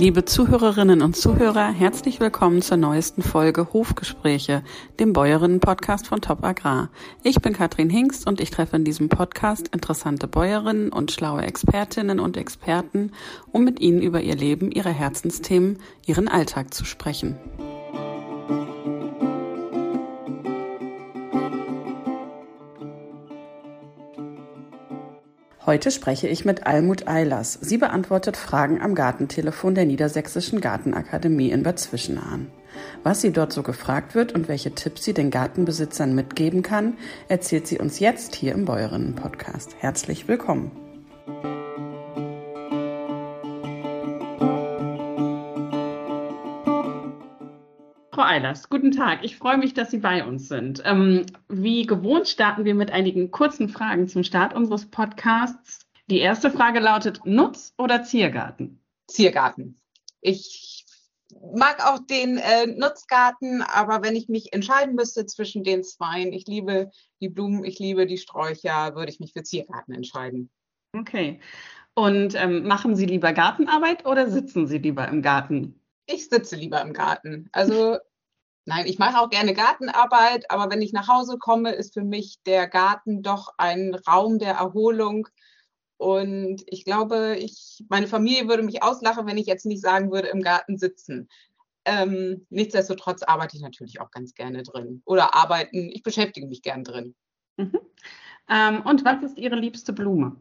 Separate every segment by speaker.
Speaker 1: Liebe Zuhörerinnen und Zuhörer, herzlich willkommen zur neuesten Folge Hofgespräche, dem Bäuerinnen-Podcast von Top Agrar. Ich bin Katrin Hingst und ich treffe in diesem Podcast interessante Bäuerinnen und schlaue Expertinnen und Experten, um mit ihnen über ihr Leben, ihre Herzensthemen, ihren Alltag zu sprechen. Heute spreche ich mit Almut Eilers. Sie beantwortet Fragen am Gartentelefon der Niedersächsischen Gartenakademie in Bad Zwischenahn. Was sie dort so gefragt wird und welche Tipps sie den Gartenbesitzern mitgeben kann, erzählt sie uns jetzt hier im Bäuerinnen-Podcast. Herzlich willkommen. Frau Eilers, guten Tag. Ich freue mich, dass Sie bei uns sind. Wie gewohnt starten wir mit einigen kurzen Fragen zum Start unseres Podcasts. Die erste Frage lautet: Nutz- oder Ziergarten?
Speaker 2: Ziergarten. Ich mag auch den Nutzgarten, aber wenn ich mich entscheiden müsste zwischen den zweien, ich liebe die Blumen, ich liebe die Sträucher, würde ich mich für Ziergarten entscheiden.
Speaker 1: Okay. Und machen Sie lieber Gartenarbeit oder sitzen Sie lieber im Garten?
Speaker 2: Ich sitze lieber im Garten. Also nein, ich mache auch gerne Gartenarbeit, aber wenn ich nach Hause komme, ist für mich der Garten doch ein Raum der Erholung. Und ich glaube, meine Familie würde mich auslachen, wenn ich jetzt nicht sagen würde, im Garten sitzen. Nichtsdestotrotz arbeite ich natürlich auch ganz gerne drin. Oder arbeiten, ich beschäftige mich gern drin.
Speaker 1: Mhm. Und was ist Ihre liebste Blume?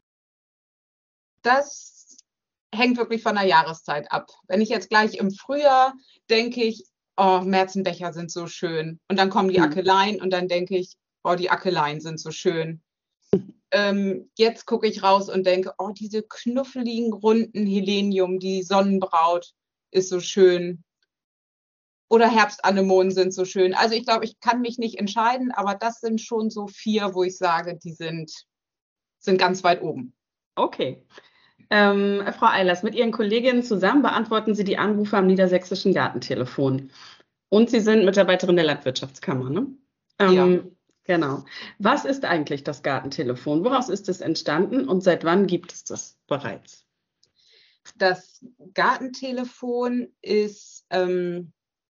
Speaker 2: Das hängt wirklich von der Jahreszeit ab. Wenn ich jetzt gleich im Frühjahr denke ich, oh, Märzenbecher sind so schön. Und dann kommen die Akeleien und dann denke ich, oh, die Akeleien sind so schön. Jetzt gucke ich raus und denke, oh, diese knuffeligen, runden Helenium, die Sonnenbraut ist so schön. Oder Herbstanemonen sind so schön. Also ich glaube, ich kann mich nicht entscheiden, aber das sind schon so 4, wo ich sage, die sind ganz weit oben.
Speaker 1: Okay. Frau Eilers, mit Ihren Kolleginnen zusammen beantworten Sie die Anrufe am Niedersächsischen Gartentelefon. Und Sie sind Mitarbeiterin der Landwirtschaftskammer, ne?
Speaker 2: Ja.
Speaker 1: Genau. Was ist eigentlich das Gartentelefon? Woraus ist es entstanden und seit wann gibt es das bereits?
Speaker 2: Das Gartentelefon ist eine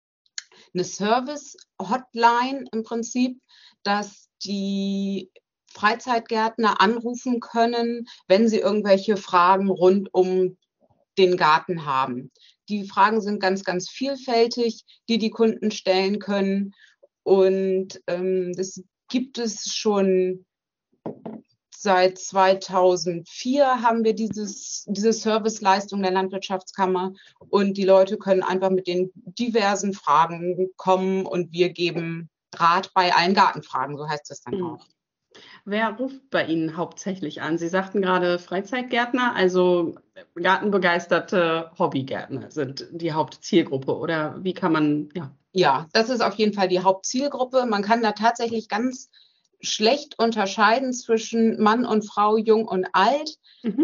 Speaker 2: Service-Hotline im Prinzip, dass die Freizeitgärtner anrufen können, wenn sie irgendwelche Fragen rund um den Garten haben. Die Fragen sind ganz, ganz vielfältig, die Kunden stellen können. Und das gibt es schon seit 2004 haben wir diese Serviceleistung der Landwirtschaftskammer und die Leute können einfach mit den diversen Fragen kommen und wir geben Rat bei allen Gartenfragen, so heißt es dann auch.
Speaker 1: Wer ruft bei Ihnen hauptsächlich an? Sie sagten gerade Freizeitgärtner, also gartenbegeisterte Hobbygärtner sind die Hauptzielgruppe, oder wie kann man, ja?
Speaker 2: Ja, das ist auf jeden Fall die Hauptzielgruppe. Man kann da tatsächlich ganz schlecht unterscheiden zwischen Mann und Frau, jung und alt.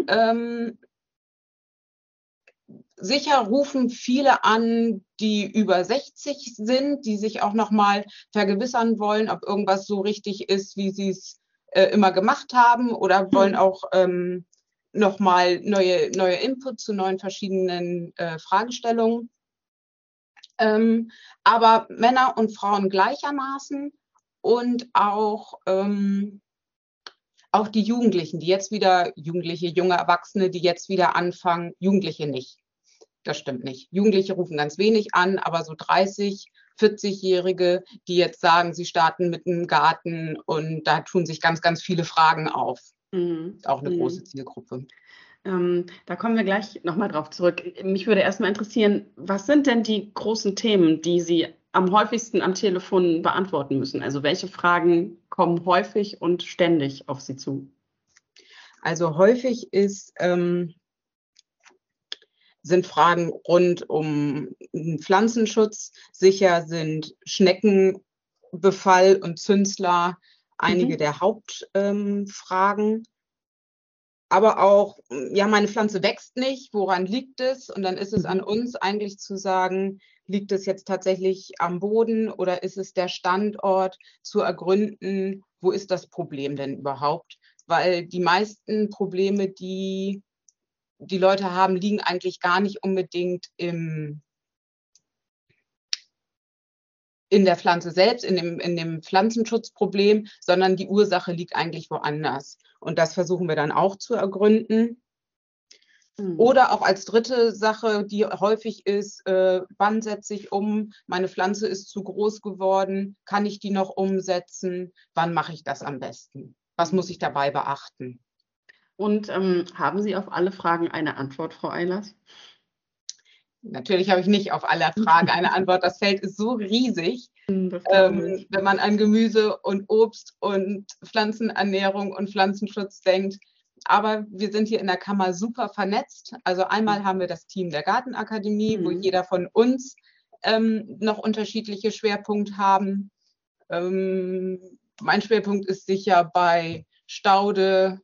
Speaker 2: Sicher rufen viele an, die über 60 sind, die sich auch nochmal vergewissern wollen, ob irgendwas so richtig ist, wie sie es immer gemacht haben, oder wollen auch nochmal neue Input zu neuen verschiedenen Fragestellungen. Aber Männer und Frauen gleichermaßen und auch die Jugendlichen, junge Erwachsene, die jetzt wieder anfangen, Jugendliche nicht. Das stimmt nicht. Jugendliche rufen ganz wenig an, aber so 30, 40-Jährige, die jetzt sagen, sie starten mit einem Garten und da tun sich ganz, ganz viele Fragen auf. Auch eine große Zielgruppe.
Speaker 1: Da kommen wir gleich nochmal drauf zurück. Mich würde erstmal interessieren, was sind denn die großen Themen, die Sie am häufigsten am Telefon beantworten müssen? Also welche Fragen kommen häufig und ständig auf Sie zu?
Speaker 2: Also häufig sind Fragen rund um Pflanzenschutz. Sicher sind Schneckenbefall und Zünsler einige der Hauptfragen. Aber auch, ja, meine Pflanze wächst nicht, woran liegt es? Und dann ist es an uns eigentlich zu sagen, liegt es jetzt tatsächlich am Boden oder ist es der Standort, zu ergründen, wo ist das Problem denn überhaupt? Weil die meisten Probleme, die die Leute haben, liegen eigentlich gar nicht unbedingt in der Pflanze selbst, in dem Pflanzenschutzproblem, sondern die Ursache liegt eigentlich woanders. Und das versuchen wir dann auch zu ergründen. Oder auch als dritte Sache, die häufig ist, wann setze ich um? Meine Pflanze ist zu groß geworden. Kann ich die noch umsetzen? Wann mache ich das am besten? Was muss ich dabei beachten?
Speaker 1: Und haben Sie auf alle Fragen eine Antwort, Frau Eilers?
Speaker 2: Natürlich habe ich nicht auf alle Fragen eine Antwort. Das Feld ist so riesig, wenn man an Gemüse und Obst und Pflanzenernährung und Pflanzenschutz denkt. Aber wir sind hier in der Kammer super vernetzt. Also einmal haben wir das Team der Gartenakademie, wo jeder von uns noch unterschiedliche Schwerpunkte haben. Mein Schwerpunkt ist sicher bei Staude,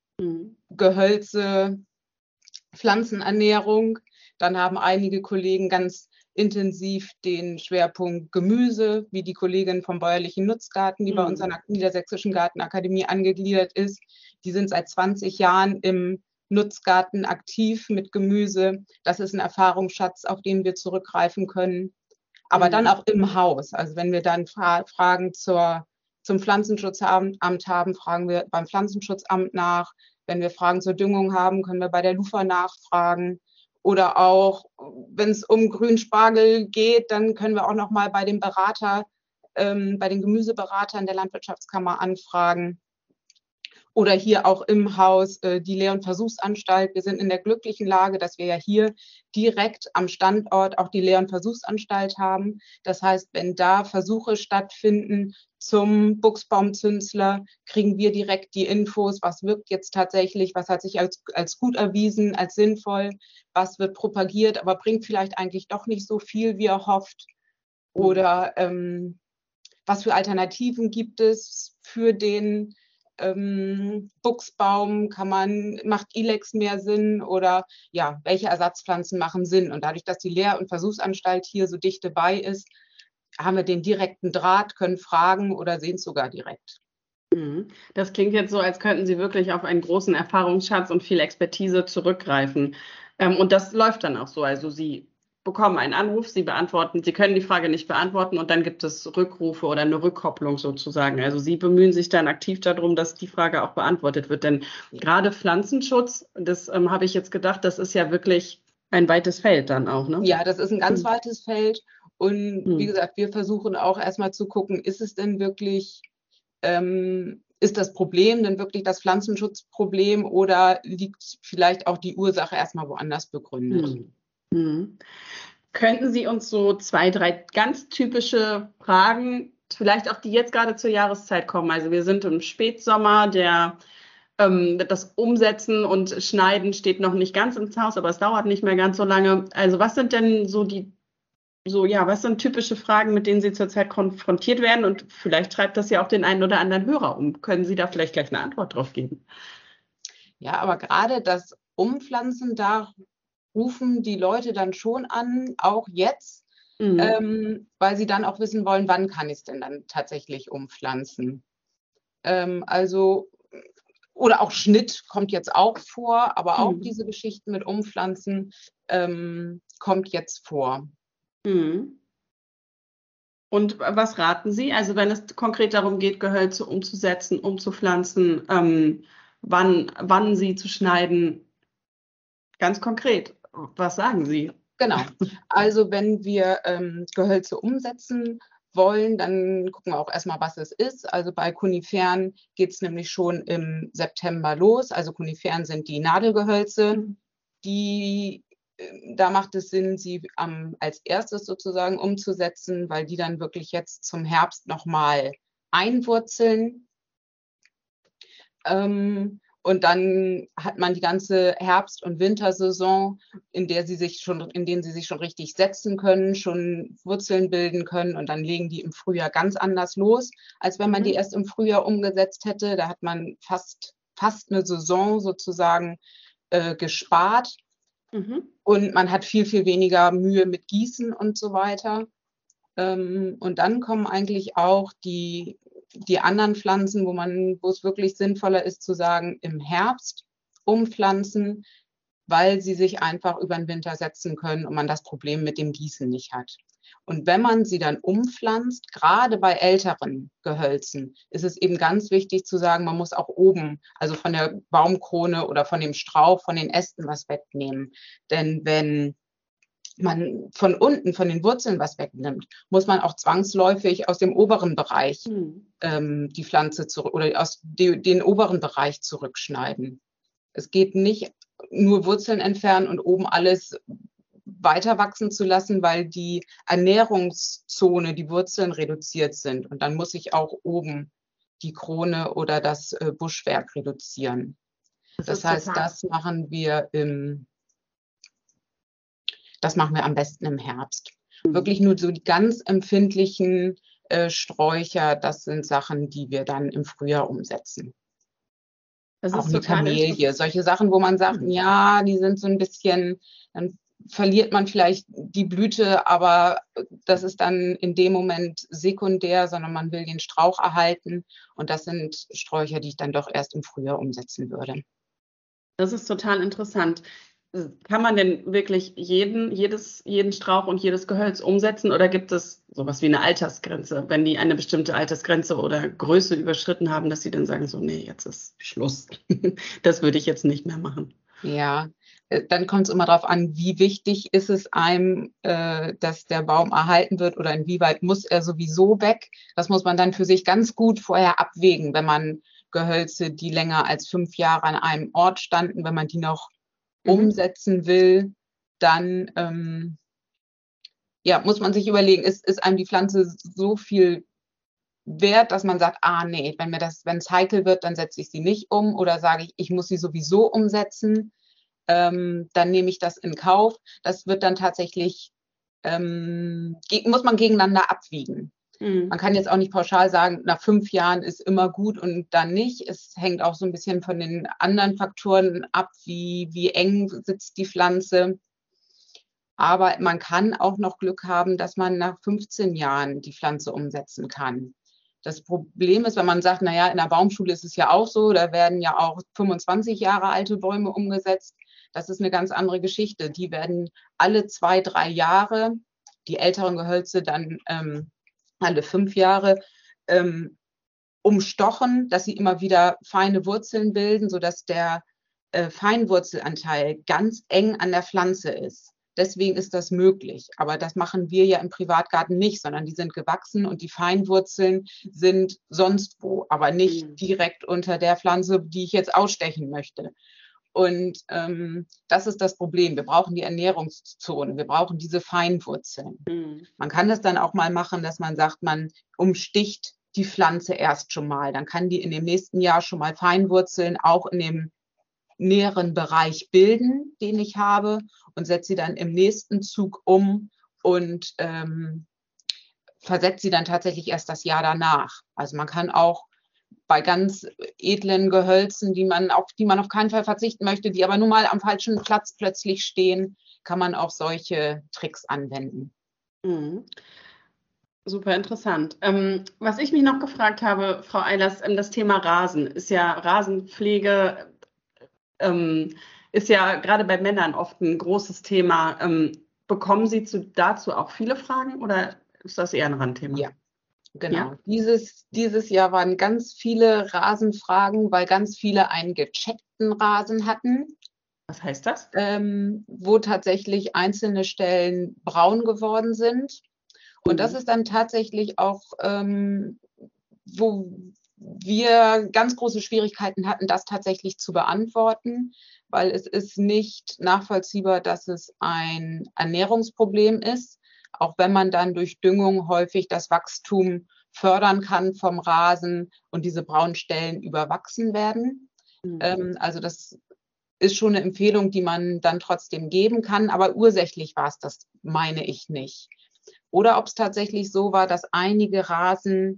Speaker 2: Gehölze, Pflanzenernährung. Dann haben einige Kollegen ganz intensiv den Schwerpunkt Gemüse, wie die Kollegin vom bäuerlichen Nutzgarten, die bei unserer Niedersächsischen Gartenakademie angegliedert ist. Die sind seit 20 Jahren im Nutzgarten aktiv mit Gemüse. Das ist ein Erfahrungsschatz, auf den wir zurückgreifen können. Aber dann auch im Haus. Also wenn wir dann Fragen zum Pflanzenschutzamt haben, fragen wir beim Pflanzenschutzamt nach. Wenn wir Fragen zur Düngung haben, können wir bei der LUFA nachfragen. Oder auch, wenn es um Grünspargel geht, dann können wir auch noch mal bei dem Berater, bei den Gemüseberatern der Landwirtschaftskammer anfragen. Oder hier auch im Haus die Lehr- und Versuchsanstalt. Wir sind in der glücklichen Lage, dass wir ja hier direkt am Standort auch die Lehr- und Versuchsanstalt haben. Das heißt, wenn da Versuche stattfinden zum Buchsbaumzünsler, kriegen wir direkt die Infos, was wirkt jetzt tatsächlich, was hat sich als gut erwiesen, als sinnvoll, was wird propagiert, aber bringt vielleicht eigentlich doch nicht so viel, wie erhofft. Oder was für Alternativen gibt es für den Buchsbaum, macht Ilex mehr Sinn oder ja, welche Ersatzpflanzen machen Sinn? Und dadurch, dass die Lehr- und Versuchsanstalt hier so dicht dabei ist, haben wir den direkten Draht, können fragen oder sehen es sogar direkt.
Speaker 1: Das klingt jetzt so, als könnten Sie wirklich auf einen großen Erfahrungsschatz und viel Expertise zurückgreifen. Und das läuft dann auch so. Also Sie bekommen einen Anruf, Sie können die Frage nicht beantworten und dann gibt es Rückrufe oder eine Rückkopplung sozusagen. Also Sie bemühen sich dann aktiv darum, dass die Frage auch beantwortet wird. Denn gerade Pflanzenschutz, das habe ich jetzt gedacht, das ist ja wirklich ein weites Feld dann auch, ne?
Speaker 2: Ja, das ist ein ganz weites Feld. Und wie gesagt, wir versuchen auch erstmal zu gucken, ist es denn wirklich, ist das Problem denn wirklich das Pflanzenschutzproblem oder liegt vielleicht auch die Ursache erstmal woanders begründet?
Speaker 1: Könnten Sie uns so 2, 3 ganz typische Fragen, vielleicht auch die jetzt gerade zur Jahreszeit kommen? Also wir sind im Spätsommer, das Umsetzen und Schneiden steht noch nicht ganz ins Haus, aber es dauert nicht mehr ganz so lange. Also was sind denn was sind typische Fragen, mit denen Sie zurzeit konfrontiert werden? Und vielleicht treibt das ja auch den einen oder anderen Hörer um. Können Sie da vielleicht gleich eine Antwort drauf geben?
Speaker 2: Ja, aber gerade das Umpflanzen, da rufen die Leute dann schon an, auch jetzt, weil sie dann auch wissen wollen, wann kann ich es denn dann tatsächlich umpflanzen. Oder auch Schnitt kommt jetzt auch vor, aber auch diese Geschichten mit Umpflanzen kommt jetzt vor.
Speaker 1: Und was raten Sie? Also wenn es konkret darum geht, Gehölze umzusetzen, umzupflanzen, wann sie zu schneiden, ganz konkret, was sagen Sie?
Speaker 2: Genau. Also wenn wir Gehölze umsetzen wollen, dann gucken wir auch erstmal, was es ist. Also bei Koniferen geht es nämlich schon im September los. Also Koniferen sind die Nadelgehölze, da macht es Sinn, sie als erstes sozusagen umzusetzen, weil die dann wirklich jetzt zum Herbst nochmal einwurzeln. Und dann hat man die ganze Herbst- und Wintersaison, in denen sie sich schon richtig setzen können, schon Wurzeln bilden können. Und dann legen die im Frühjahr ganz anders los, als wenn man die erst im Frühjahr umgesetzt hätte. Da hat man fast eine Saison sozusagen gespart. Und man hat viel, viel weniger Mühe mit Gießen und so weiter. Und dann kommen eigentlich auch die anderen Pflanzen, wo es wirklich sinnvoller ist zu sagen, im Herbst umpflanzen. weil sie sich einfach über den Winter setzen können und man das Problem mit dem Gießen nicht hat. Und wenn man sie dann umpflanzt, gerade bei älteren Gehölzen, ist es eben ganz wichtig zu sagen, man muss auch oben, also von der Baumkrone oder von dem Strauch, von den Ästen was wegnehmen. Denn wenn man von unten, von den Wurzeln was wegnimmt, muss man auch zwangsläufig aus dem oberen Bereich die Pflanze oder aus den oberen Bereich zurückschneiden. Es geht nicht nur Wurzeln entfernen und oben alles weiter wachsen zu lassen, weil die Ernährungszone, die Wurzeln reduziert sind. Und dann muss ich auch oben die Krone oder das Buschwerk reduzieren. Das heißt, das machen wir am besten im Herbst. Wirklich nur so die ganz empfindlichen Sträucher, das sind Sachen, die wir dann im Frühjahr umsetzen. Das auch eine Kamelie, solche Sachen, wo man sagt, ja, die sind so ein bisschen, dann verliert man vielleicht die Blüte, aber das ist dann in dem Moment sekundär, sondern man will den Strauch erhalten. Und das sind Sträucher, die ich dann doch erst im Frühjahr umsetzen würde.
Speaker 1: Das ist total interessant. Kann man denn wirklich jeden Strauch und jedes Gehölz umsetzen oder gibt es sowas wie eine Altersgrenze, wenn die eine bestimmte Altersgrenze oder Größe überschritten haben, dass sie dann sagen, so, nee, jetzt ist Schluss. Das würde ich jetzt nicht mehr machen.
Speaker 2: Ja, dann kommt es immer darauf an, wie wichtig ist es einem, dass der Baum erhalten wird oder inwieweit muss er sowieso weg. Das muss man dann für sich ganz gut vorher abwägen, wenn man Gehölze, die länger als 5 Jahre an einem Ort standen, wenn man die noch umsetzen will, dann muss man sich überlegen, ist einem die Pflanze so viel wert, dass man sagt, nee, wenn es heikel wird, dann setze ich sie nicht um oder sage ich muss sie sowieso umsetzen, dann nehme ich das in Kauf. Das wird dann tatsächlich, muss man gegeneinander abwiegen. Man kann jetzt auch nicht pauschal sagen, nach 5 Jahren ist immer gut und dann nicht. Es hängt auch so ein bisschen von den anderen Faktoren ab, wie eng sitzt die Pflanze. Aber man kann auch noch Glück haben, dass man nach 15 Jahren die Pflanze umsetzen kann. Das Problem ist, wenn man sagt, naja, in der Baumschule ist es ja auch so, da werden ja auch 25 Jahre alte Bäume umgesetzt. Das ist eine ganz andere Geschichte. Die werden alle 2, 3 Jahre, die älteren Gehölze dann alle 5 Jahre umstochen, dass sie immer wieder feine Wurzeln bilden, sodass der Feinwurzelanteil ganz eng an der Pflanze ist. Deswegen ist das möglich. Aber das machen wir ja im Privatgarten nicht, sondern die sind gewachsen und die Feinwurzeln sind sonst wo, aber nicht direkt unter der Pflanze, die ich jetzt ausstechen möchte. Und das ist das Problem. Wir brauchen die Ernährungszone, wir brauchen diese Feinwurzeln. Man kann das dann auch mal machen, dass man sagt, man umsticht die Pflanze erst schon mal. Dann kann die in dem nächsten Jahr schon mal Feinwurzeln auch in dem näheren Bereich bilden, den ich habe, und setze sie dann im nächsten Zug um und versetze sie dann tatsächlich erst das Jahr danach. Also man kann auch bei ganz edlen Gehölzen, auf die man auf keinen Fall verzichten möchte, die aber nun mal am falschen Platz plötzlich stehen, kann man auch solche Tricks anwenden.
Speaker 1: Super interessant. Was ich mich noch gefragt habe, Frau Eilers, das Thema Rasen ist ja Rasenpflege, ist ja gerade bei Männern oft ein großes Thema. Bekommen Sie dazu auch viele Fragen oder ist das eher ein Randthema?
Speaker 2: Ja. Genau. Ja. Dieses Jahr waren ganz viele Rasenfragen, weil ganz viele einen gecheckten Rasen hatten.
Speaker 1: Was heißt das?
Speaker 2: Wo tatsächlich einzelne Stellen braun geworden sind. Und das ist dann tatsächlich auch, wo wir ganz große Schwierigkeiten hatten, das tatsächlich zu beantworten, weil es ist nicht nachvollziehbar, dass es ein Ernährungsproblem ist. Auch wenn man dann durch Düngung häufig das Wachstum fördern kann vom Rasen und diese braunen Stellen überwachsen werden. Also das ist schon eine Empfehlung, die man dann trotzdem geben kann, aber ursächlich war es das, meine ich nicht. Oder ob es tatsächlich so war, dass einige Rasen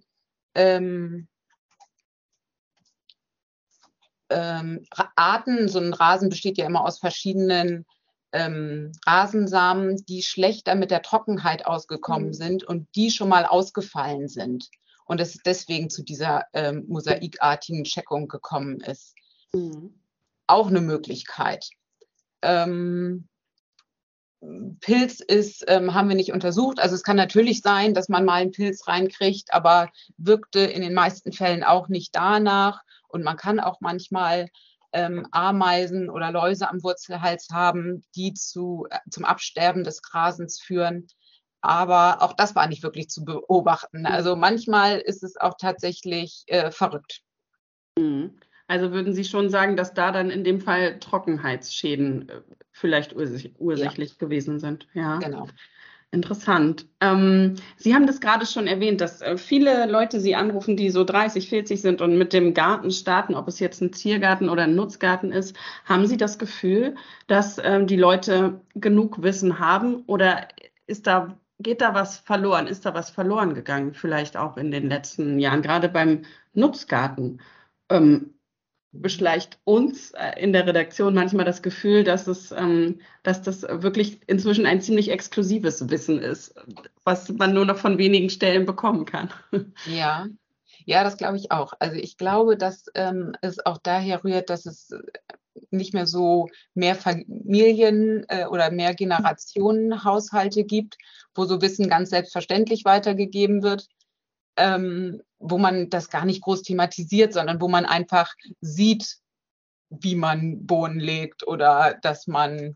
Speaker 2: Arten, so ein Rasen besteht ja immer aus verschiedenen Rasensamen, die schlechter mit der Trockenheit ausgekommen sind und die schon mal ausgefallen sind. Und es deswegen zu dieser mosaikartigen Checkung gekommen ist. Auch eine Möglichkeit. Pilz ist, haben wir nicht untersucht. Also es kann natürlich sein, dass man mal einen Pilz reinkriegt, aber wirkte in den meisten Fällen auch nicht danach. Und man kann auch manchmal Ameisen oder Läuse am Wurzelhals haben, die zum Absterben des Grasens führen. Aber auch das war nicht wirklich zu beobachten. Also manchmal ist es auch tatsächlich verrückt.
Speaker 1: Also würden Sie schon sagen, dass da dann in dem Fall Trockenheitsschäden vielleicht ursächlich gewesen sind? Ja,
Speaker 2: genau.
Speaker 1: Interessant. Sie haben das gerade schon erwähnt, dass viele Leute Sie anrufen, die so 30, 40 sind und mit dem Garten starten, ob es jetzt ein Ziergarten oder ein Nutzgarten ist. Haben Sie das Gefühl, dass die Leute genug Wissen haben oder geht da was verloren? Ist da was verloren gegangen, vielleicht auch in den letzten Jahren, gerade beim Nutzgarten? Beschleicht uns in der Redaktion manchmal das Gefühl, dass das wirklich inzwischen ein ziemlich exklusives Wissen ist, was man nur noch von wenigen Stellen bekommen kann.
Speaker 2: Ja, ja, das glaube ich auch. Also ich glaube, dass es auch daher rührt, dass es nicht mehr so mehr Familien oder mehr Generationenhaushalte gibt, wo so Wissen ganz selbstverständlich weitergegeben wird, wo man das gar nicht groß thematisiert, sondern wo man einfach sieht, wie man Bohnen legt oder dass man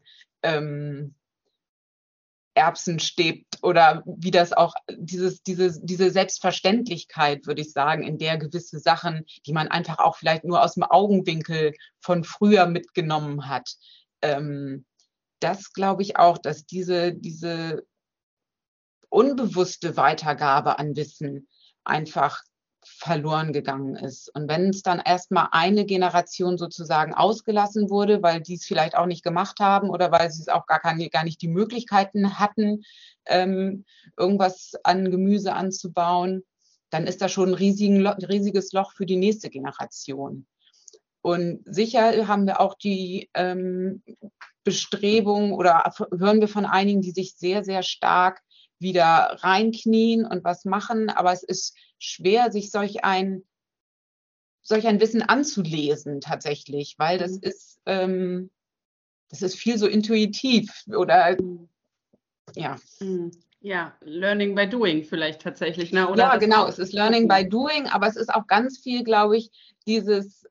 Speaker 2: Erbsen stäbt oder wie das auch, diese Selbstverständlichkeit, würde ich sagen, in der gewisse Sachen, die man einfach auch vielleicht nur aus dem Augenwinkel von früher mitgenommen hat. Das glaube ich auch, dass diese unbewusste Weitergabe an Wissen einfach verloren gegangen ist. Und wenn es dann erstmal eine Generation sozusagen ausgelassen wurde, weil die es vielleicht auch nicht gemacht haben oder weil sie es auch gar nicht die Möglichkeiten hatten, irgendwas an Gemüse anzubauen, dann ist das schon ein riesiges Loch für die nächste Generation. Und sicher haben wir auch die Bestrebung oder hören wir von einigen, die sich sehr, sehr stark wieder reinknien und was machen. Aber es ist schwer, sich solch ein Wissen anzulesen tatsächlich, weil das ist viel so intuitiv oder ja.
Speaker 1: Ja, Learning by Doing vielleicht tatsächlich, ne? Oder
Speaker 2: Ja, genau, es ist Learning by Doing, aber es ist auch ganz viel, glaube ich, dieses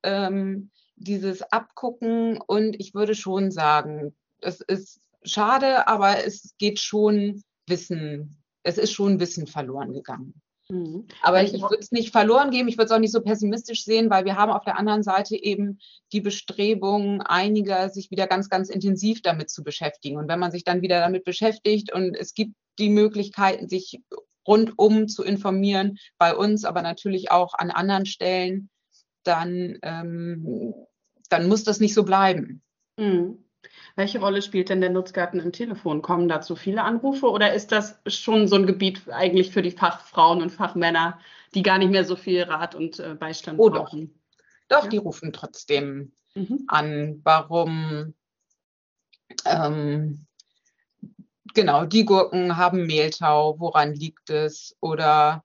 Speaker 2: Abgucken und ich würde schon sagen, es ist schade, aber es ist schon Wissen verloren gegangen. Aber ich würde es nicht verloren geben, ich würde es auch nicht so pessimistisch sehen, weil wir haben auf der anderen Seite eben die Bestrebung einiger, sich wieder ganz, ganz intensiv damit zu beschäftigen. Und wenn man sich dann wieder damit beschäftigt und es gibt die Möglichkeiten, sich rundum zu informieren, bei uns, aber natürlich auch an anderen Stellen, dann muss das nicht so bleiben.
Speaker 1: Welche Rolle spielt denn der Nutzgarten im Telefon? Kommen dazu viele Anrufe oder ist das schon so ein Gebiet eigentlich für die Fachfrauen und Fachmänner, die gar nicht mehr so viel Rat und Beistand brauchen?
Speaker 2: Doch, die rufen trotzdem an. Warum? Genau, die Gurken haben Mehltau, woran liegt es? Oder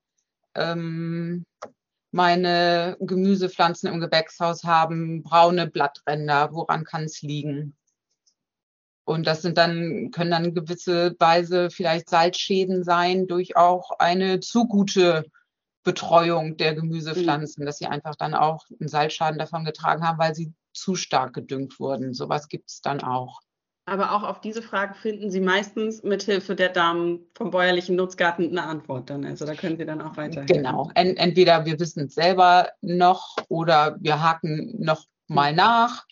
Speaker 2: meine Gemüsepflanzen im Gewächshaus haben braune Blattränder, woran kann es liegen? Und das können dann gewisse Weise vielleicht Salzschäden sein durch auch eine zu gute Betreuung der Gemüsepflanzen, dass sie einfach dann auch einen Salzschaden davon getragen haben, weil sie zu stark gedüngt wurden. Sowas gibt es dann auch.
Speaker 1: Aber auch auf diese Frage finden Sie meistens mit Hilfe der Damen vom bäuerlichen Nutzgarten eine Antwort dann. Also da können Sie dann auch weiterhelfen.
Speaker 2: Genau. Entweder wir wissen es selber noch oder wir haken noch mal nach.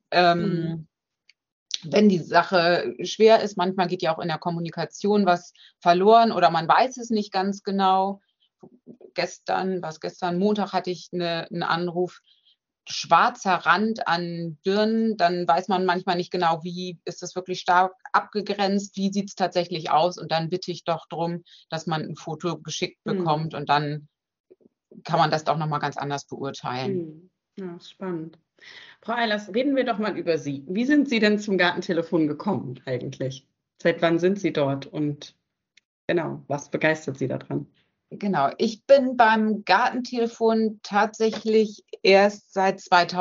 Speaker 2: Wenn die Sache schwer ist, manchmal geht ja auch in der Kommunikation was verloren oder man weiß es nicht ganz genau. Gestern Montag hatte ich einen Anruf, schwarzer Rand an Birnen, dann weiß man manchmal nicht genau, wie ist das wirklich stark abgegrenzt, wie sieht es tatsächlich aus und dann bitte ich doch darum, dass man ein Foto geschickt bekommt und dann kann man das doch nochmal ganz anders beurteilen.
Speaker 1: Ja, spannend. Frau Eilers, reden wir doch mal über Sie. Wie sind Sie denn zum Gartentelefon gekommen eigentlich? Seit wann sind Sie dort und genau, was begeistert Sie daran?
Speaker 2: Genau, ich bin beim Gartentelefon tatsächlich erst seit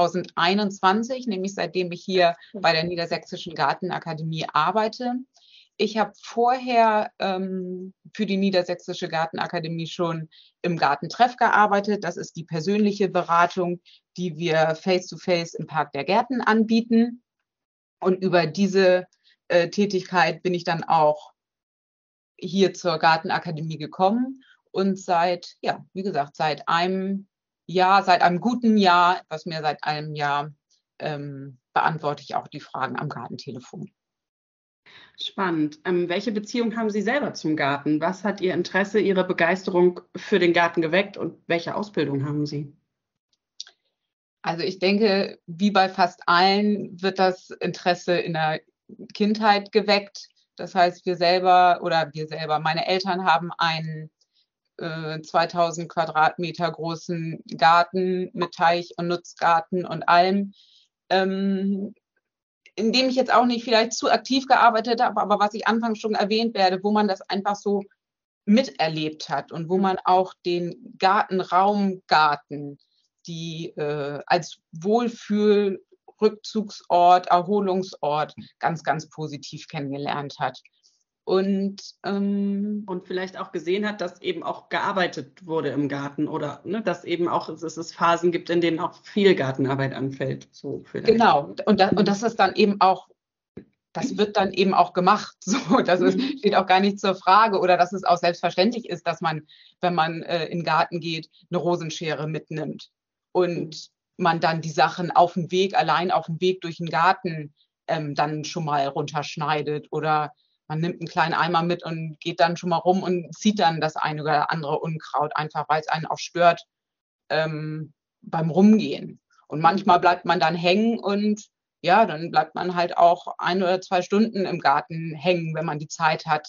Speaker 2: 2021, nämlich seitdem ich hier bei der Niedersächsischen Gartenakademie arbeite. Ich habe vorher für die Niedersächsische Gartenakademie schon im Gartentreff gearbeitet. Das ist die persönliche Beratung, die wir face-to-face im Park der Gärten anbieten. Und über diese Tätigkeit bin ich dann auch hier zur Gartenakademie gekommen. Und wie gesagt, seit einem guten Jahr, etwas mehr seit einem Jahr, beantworte ich auch die Fragen am Gartentelefon.
Speaker 1: Spannend. Welche Beziehung haben Sie selber zum Garten? Was hat Ihr Interesse, Ihre Begeisterung für den Garten geweckt und welche Ausbildung haben Sie?
Speaker 2: Also ich denke, wie bei fast allen wird das Interesse in der Kindheit geweckt. Das heißt, meine Eltern haben einen 2000 Quadratmeter großen Garten mit Teich und Nutzgarten und allem, in dem ich jetzt auch nicht vielleicht zu aktiv gearbeitet habe, aber was ich anfangs schon erwähnt werde, wo man das einfach so miterlebt hat und wo man auch den Raumgarten, die als Wohlfühl-Rückzugsort, Erholungsort ganz, ganz positiv kennengelernt hat. Und
Speaker 1: vielleicht auch gesehen hat, dass eben auch gearbeitet wurde im Garten oder dass eben auch es Phasen gibt, in denen auch viel Gartenarbeit anfällt. So vielleicht.
Speaker 2: Genau, und das ist dann eben auch, das wird dann eben auch gemacht. So, steht auch gar nicht zur Frage, oder dass es auch selbstverständlich ist, dass man, wenn man in den Garten geht, eine Rosenschere mitnimmt und man dann die Sachen allein auf dem Weg durch den Garten dann schon mal runterschneidet, oder man nimmt einen kleinen Eimer mit und geht dann schon mal rum und zieht dann das eine oder andere Unkraut, einfach weil es einen auch stört beim Rumgehen. Und manchmal bleibt man dann hängen und ja, dann bleibt man halt auch 1 oder 2 Stunden im Garten hängen, wenn man die Zeit hat.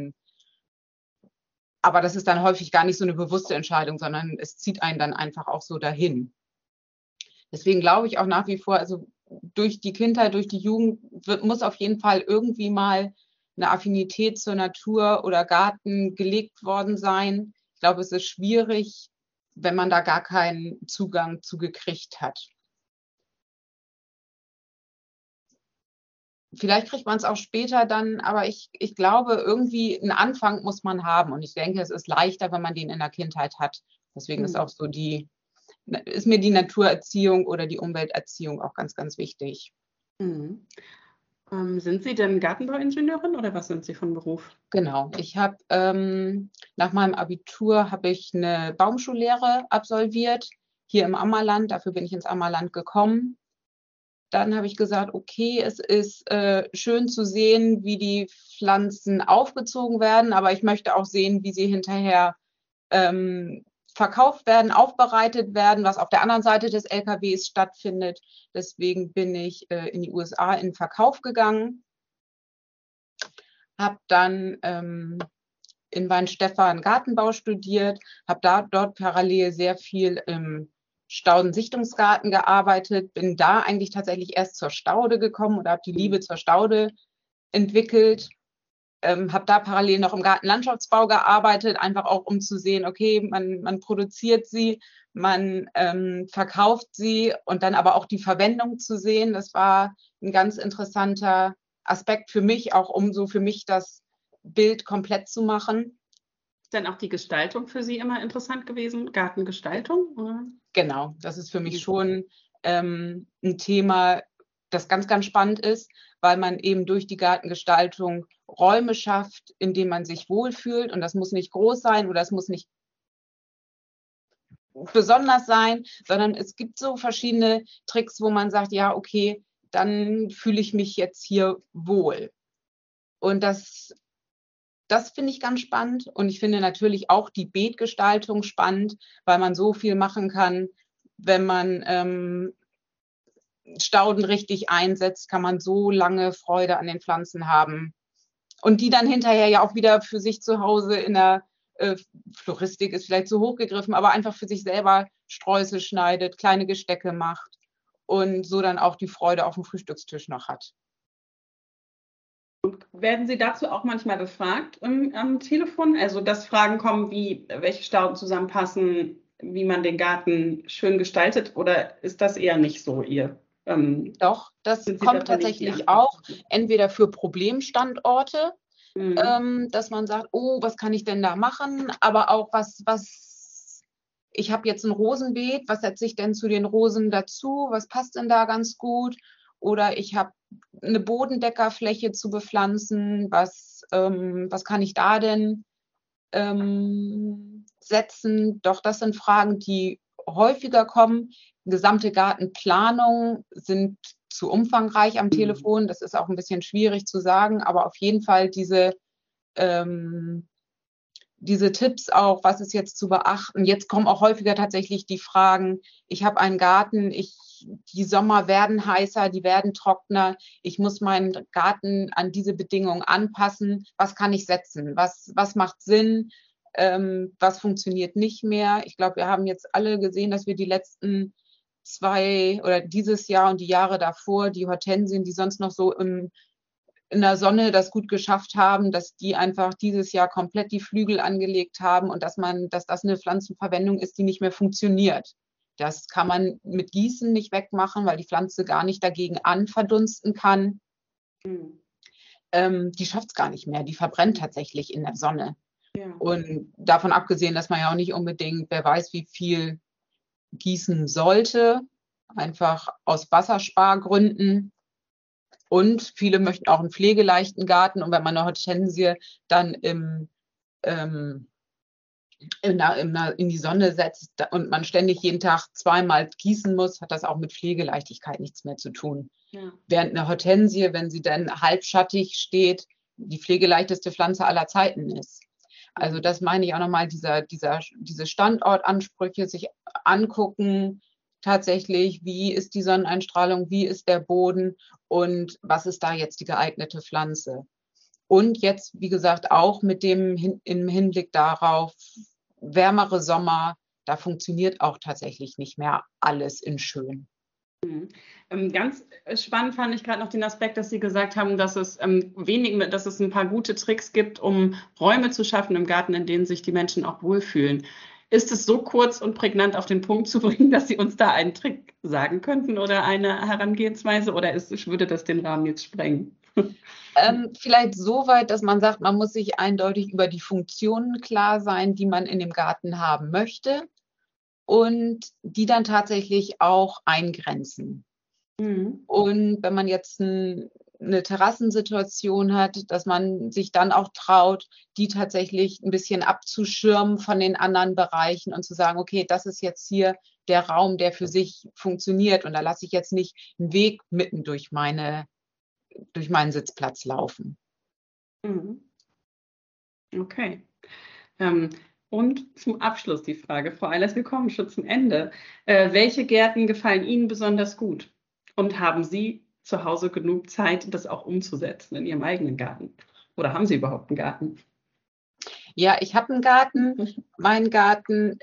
Speaker 2: Aber das ist dann häufig gar nicht so eine bewusste Entscheidung, sondern es zieht einen dann einfach auch so dahin. Deswegen glaube ich auch nach wie vor, also durch die Kindheit, durch die Jugend muss auf jeden Fall irgendwie mal eine Affinität zur Natur oder Garten gelegt worden sein. Ich glaube, es ist schwierig, wenn man da gar keinen Zugang zu gekriegt hat. Vielleicht kriegt man es auch später dann, aber ich glaube, irgendwie einen Anfang muss man haben. Und ich denke, es ist leichter, wenn man den in der Kindheit hat. Deswegen ist auch so ist mir die Naturerziehung oder die Umwelterziehung auch ganz, ganz wichtig.
Speaker 1: Mhm. Sind Sie denn Gartenbauingenieurin oder was sind Sie von Beruf?
Speaker 2: Genau. Ich habe nach meinem Abitur habe ich eine Baumschullehre absolviert hier im Ammerland. Dafür bin ich ins Ammerland gekommen. Dann habe ich gesagt, okay, es ist schön zu sehen, wie die Pflanzen aufgezogen werden, aber ich möchte auch sehen, wie sie hinterher verkauft werden, aufbereitet werden, was auf der anderen Seite des LKWs stattfindet. Deswegen bin ich in die USA in den Verkauf gegangen, habe dann in Weinstephan Gartenbau studiert, habe dort parallel sehr viel im Staudensichtungsgarten gearbeitet, bin da eigentlich tatsächlich erst zur Staude gekommen oder habe die Liebe zur Staude entwickelt, habe da parallel noch im Gartenlandschaftsbau gearbeitet, einfach auch um zu sehen, okay, man produziert sie, man verkauft sie und dann aber auch die Verwendung zu sehen. Das war ein ganz interessanter Aspekt für mich, auch um so für mich das Bild komplett zu machen.
Speaker 1: Ist denn auch die Gestaltung für Sie immer interessant gewesen? Gartengestaltung? Oder?
Speaker 2: Genau, das ist für mich schon ein Thema, das ganz, ganz spannend ist, weil man eben durch die Gartengestaltung Räume schafft, in denen man sich wohlfühlt. Und das muss nicht groß sein oder es muss nicht besonders sein, sondern es gibt so verschiedene Tricks, wo man sagt, ja, okay, dann fühle ich mich jetzt hier wohl. Und das finde ich ganz spannend. Und ich finde natürlich auch die Beetgestaltung spannend, weil man so viel machen kann, wenn man Stauden richtig einsetzt, kann man so lange Freude an den Pflanzen haben. Und die dann hinterher ja auch wieder für sich zu Hause in der Floristik ist vielleicht zu hoch gegriffen, aber einfach für sich selber Streusel schneidet, kleine Gestecke macht und so dann auch die Freude auf dem Frühstückstisch noch hat.
Speaker 1: Werden Sie dazu auch manchmal befragt am Telefon? Also, dass Fragen kommen wie, welche Stauden zusammenpassen, wie man den Garten schön gestaltet, oder ist das eher nicht so Ihr?
Speaker 2: Doch, das
Speaker 1: Sind Sie
Speaker 2: kommt
Speaker 1: dafür nicht die
Speaker 2: tatsächlich auch
Speaker 1: Ansprechpartner?
Speaker 2: entweder für Problemstandorte,
Speaker 1: Mhm.
Speaker 2: dass man sagt, oh, was kann ich denn da machen? Aber auch ich habe jetzt ein Rosenbeet, was setze ich denn zu den Rosen dazu? Was passt denn da ganz gut? Oder ich habe eine Bodendeckerfläche zu bepflanzen. Was kann ich da denn setzen? Doch, das sind Fragen, die häufiger kommen. Gesamte Gartenplanung sind zu umfangreich am Telefon. Das ist auch ein bisschen schwierig zu sagen, aber auf jeden Fall ähm, diese Tipps auch, was ist jetzt zu beachten. Jetzt kommen auch häufiger tatsächlich die Fragen, ich habe einen Garten, die Sommer werden heißer, die werden trockener, ich muss meinen Garten an diese Bedingungen anpassen. Was kann ich setzen? Was macht Sinn? Was funktioniert nicht mehr? Ich glaube, wir haben jetzt alle gesehen, dass wir die letzten 2 oder dieses Jahr und die Jahre davor, die Hortensien, die sonst noch so in der Sonne das gut geschafft haben, dass die einfach dieses Jahr komplett die Flügel angelegt haben und dass das eine Pflanzenverwendung ist, die nicht mehr funktioniert. Das kann man mit Gießen nicht wegmachen, weil die Pflanze gar nicht dagegen anverdunsten kann.
Speaker 1: Mhm.
Speaker 2: Die schafft es gar nicht mehr. Die verbrennt tatsächlich in der Sonne.
Speaker 1: Ja.
Speaker 2: Und davon abgesehen, dass man ja auch nicht unbedingt, wer weiß, wie viel gießen sollte, einfach aus Wasserspargründen. Und viele möchten auch einen pflegeleichten Garten. Und wenn man eine Hortensie dann in die Sonne setzt und man ständig jeden Tag zweimal gießen muss, hat das auch mit Pflegeleichtigkeit nichts mehr zu tun.
Speaker 1: Ja.
Speaker 2: Während eine Hortensie, wenn sie dann halbschattig steht, die pflegeleichteste Pflanze aller Zeiten ist. Also das meine ich auch nochmal, diese Standortansprüche sich angucken, tatsächlich, wie ist die Sonneneinstrahlung, wie ist der Boden und was ist da jetzt die geeignete Pflanze. Und jetzt, wie gesagt, auch im Hinblick darauf, wärmere Sommer, da funktioniert auch tatsächlich nicht mehr alles in schön.
Speaker 1: Ganz spannend fand ich gerade noch den Aspekt, dass Sie gesagt haben, dass es dass es ein paar gute Tricks gibt, um Räume zu schaffen im Garten, in denen sich die Menschen auch wohlfühlen. Ist es so kurz und prägnant auf den Punkt zu bringen, dass Sie uns da einen Trick sagen könnten oder eine Herangehensweise, oder würde das den Rahmen jetzt sprengen?
Speaker 2: Vielleicht so weit, dass man sagt, man muss sich eindeutig über die Funktionen klar sein, die man in dem Garten haben möchte und die dann tatsächlich auch eingrenzen.
Speaker 1: Mhm.
Speaker 2: Und wenn man jetzt eine Terrassensituation hat, dass man sich dann auch traut, die tatsächlich ein bisschen abzuschirmen von den anderen Bereichen und zu sagen, okay, das ist jetzt hier der Raum, der für sich funktioniert. Und da lasse ich jetzt nicht einen Weg mitten durch meinen Sitzplatz laufen.
Speaker 1: Mhm. Okay. Ähm, und zum Abschluss die Frage, Frau Eilers, wir kommen schon zum Ende. Welche Gärten gefallen Ihnen besonders gut? Und haben Sie zu Hause genug Zeit, das auch umzusetzen in Ihrem eigenen Garten? Oder haben Sie überhaupt einen Garten?
Speaker 2: Ja, ich habe einen Garten. Mein Garten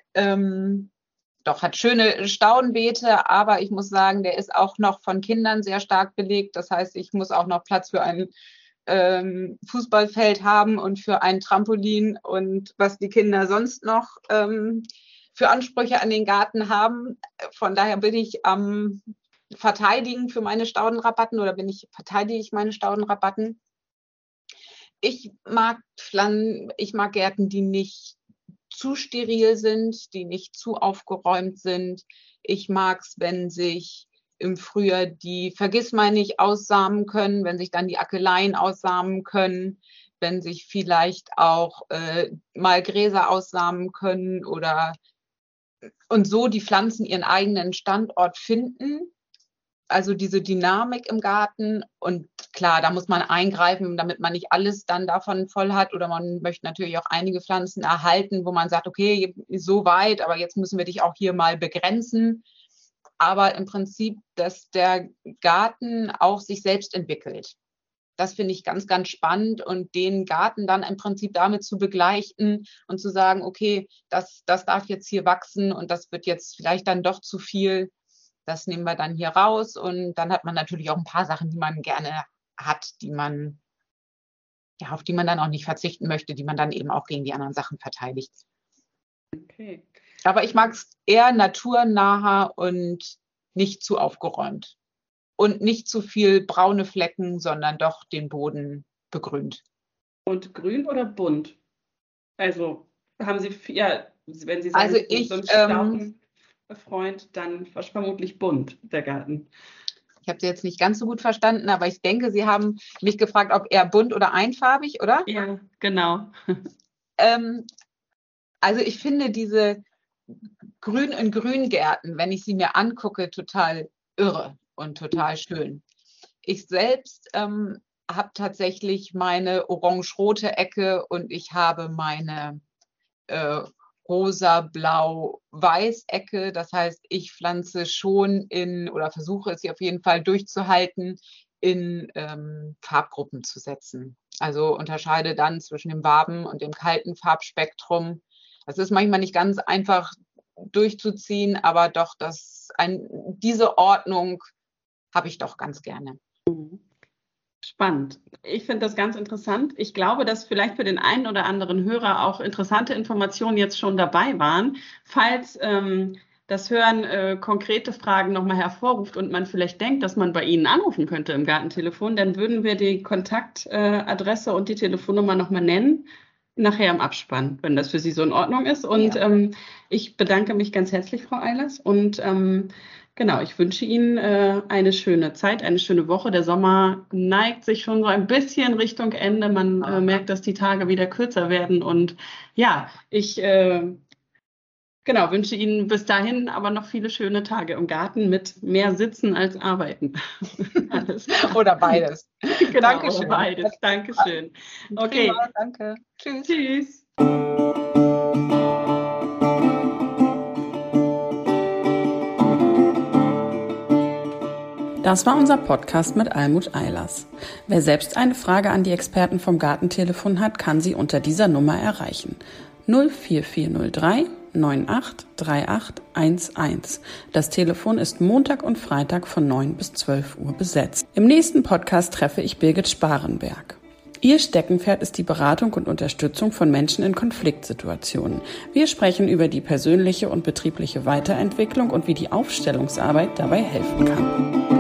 Speaker 2: doch hat schöne Staudenbeete, aber ich muss sagen, der ist auch noch von Kindern sehr stark belegt. Das heißt, ich muss auch noch Platz für ein Fußballfeld haben und für ein Trampolin und was die Kinder sonst noch für Ansprüche an den Garten haben. Von daher bin ich am Verteidigen für meine Staudenrabatten oder verteidige ich meine Staudenrabatten. Ich mag Gärten, die nicht zu steril sind, die nicht zu aufgeräumt sind. Ich mag es, wenn sich im Frühjahr die Vergissmeinnicht aussamen können, wenn sich dann die Akeleien aussamen können, wenn sich vielleicht auch mal Gräser aussamen können und so die Pflanzen ihren eigenen Standort finden. Also diese Dynamik im Garten und klar, da muss man eingreifen, damit man nicht alles dann davon voll hat oder man möchte natürlich auch einige Pflanzen erhalten, wo man sagt, okay, so weit, aber jetzt müssen wir dich auch hier mal begrenzen. Aber im Prinzip, dass der Garten auch sich selbst entwickelt. Das finde ich ganz, ganz spannend und den Garten dann im Prinzip damit zu begleichen und zu sagen, okay, das darf jetzt hier wachsen und das wird jetzt vielleicht dann doch zu viel. Das nehmen wir dann hier raus und dann hat man natürlich auch ein paar Sachen, die man gerne hat, die man auf die man dann auch nicht verzichten möchte, die man dann eben auch gegen die anderen Sachen verteidigt.
Speaker 1: Okay.
Speaker 2: Aber ich mag es eher naturnaher und nicht zu aufgeräumt. Und nicht zu viel braune Flecken, sondern doch den Boden begrünt.
Speaker 1: Und grün oder bunt? Also haben Sie, wenn Sie sagen,
Speaker 2: Also
Speaker 1: so ein Staudenfreund, dann vermutlich bunt, der Garten.
Speaker 2: Ich habe Sie jetzt nicht ganz so gut verstanden, aber ich denke, Sie haben mich gefragt, ob eher bunt oder einfarbig, oder?
Speaker 1: Ja, genau.
Speaker 2: Also ich finde diese Grün- und Grüngärten, wenn ich sie mir angucke, total irre und total schön. Ich selbst habe tatsächlich meine orange-rote Ecke und ich habe meine rosa-blau-weiß-Ecke. Das heißt, ich pflanze schon oder versuche es hier auf jeden Fall durchzuhalten, in Farbgruppen zu setzen. Also unterscheide dann zwischen dem warmen und dem kalten Farbspektrum. Das ist manchmal nicht ganz einfach durchzuziehen, aber doch diese Ordnung habe ich doch ganz gerne.
Speaker 1: Spannend. Ich finde das ganz interessant. Ich glaube, dass vielleicht für den einen oder anderen Hörer auch interessante Informationen jetzt schon dabei waren. Falls das Hören konkrete Fragen nochmal hervorruft und man vielleicht denkt, dass man bei Ihnen anrufen könnte im Gartentelefon, dann würden wir die Kontaktadresse und die Telefonnummer nochmal nennen, nachher im Abspann, wenn das für Sie so in Ordnung ist. Und ich bedanke mich ganz herzlich, Frau Eilers, und genau, ich wünsche Ihnen eine schöne Zeit, eine schöne Woche. Der Sommer neigt sich schon so ein bisschen Richtung Ende. Man merkt, dass die Tage wieder kürzer werden. Und ja, ich wünsche Ihnen bis dahin aber noch viele schöne Tage im Garten mit mehr Sitzen als Arbeiten.
Speaker 2: Alles. Oder beides.
Speaker 1: Genau,
Speaker 2: Dankeschön.
Speaker 1: oder beides. Dankeschön. Okay.
Speaker 2: Prima, danke. Tschüss.
Speaker 1: Tschüss. Das war unser Podcast mit Almut Eilers. Wer selbst eine Frage an die Experten vom Gartentelefon hat, kann sie unter dieser Nummer erreichen. 04403 983811. Das Telefon ist Montag und Freitag von 9 bis 12 Uhr besetzt. Im nächsten Podcast treffe ich Birgit Sparenberg. Ihr Steckenpferd ist die Beratung und Unterstützung von Menschen in Konfliktsituationen. Wir sprechen über die persönliche und betriebliche Weiterentwicklung und wie die Aufstellungsarbeit dabei helfen kann.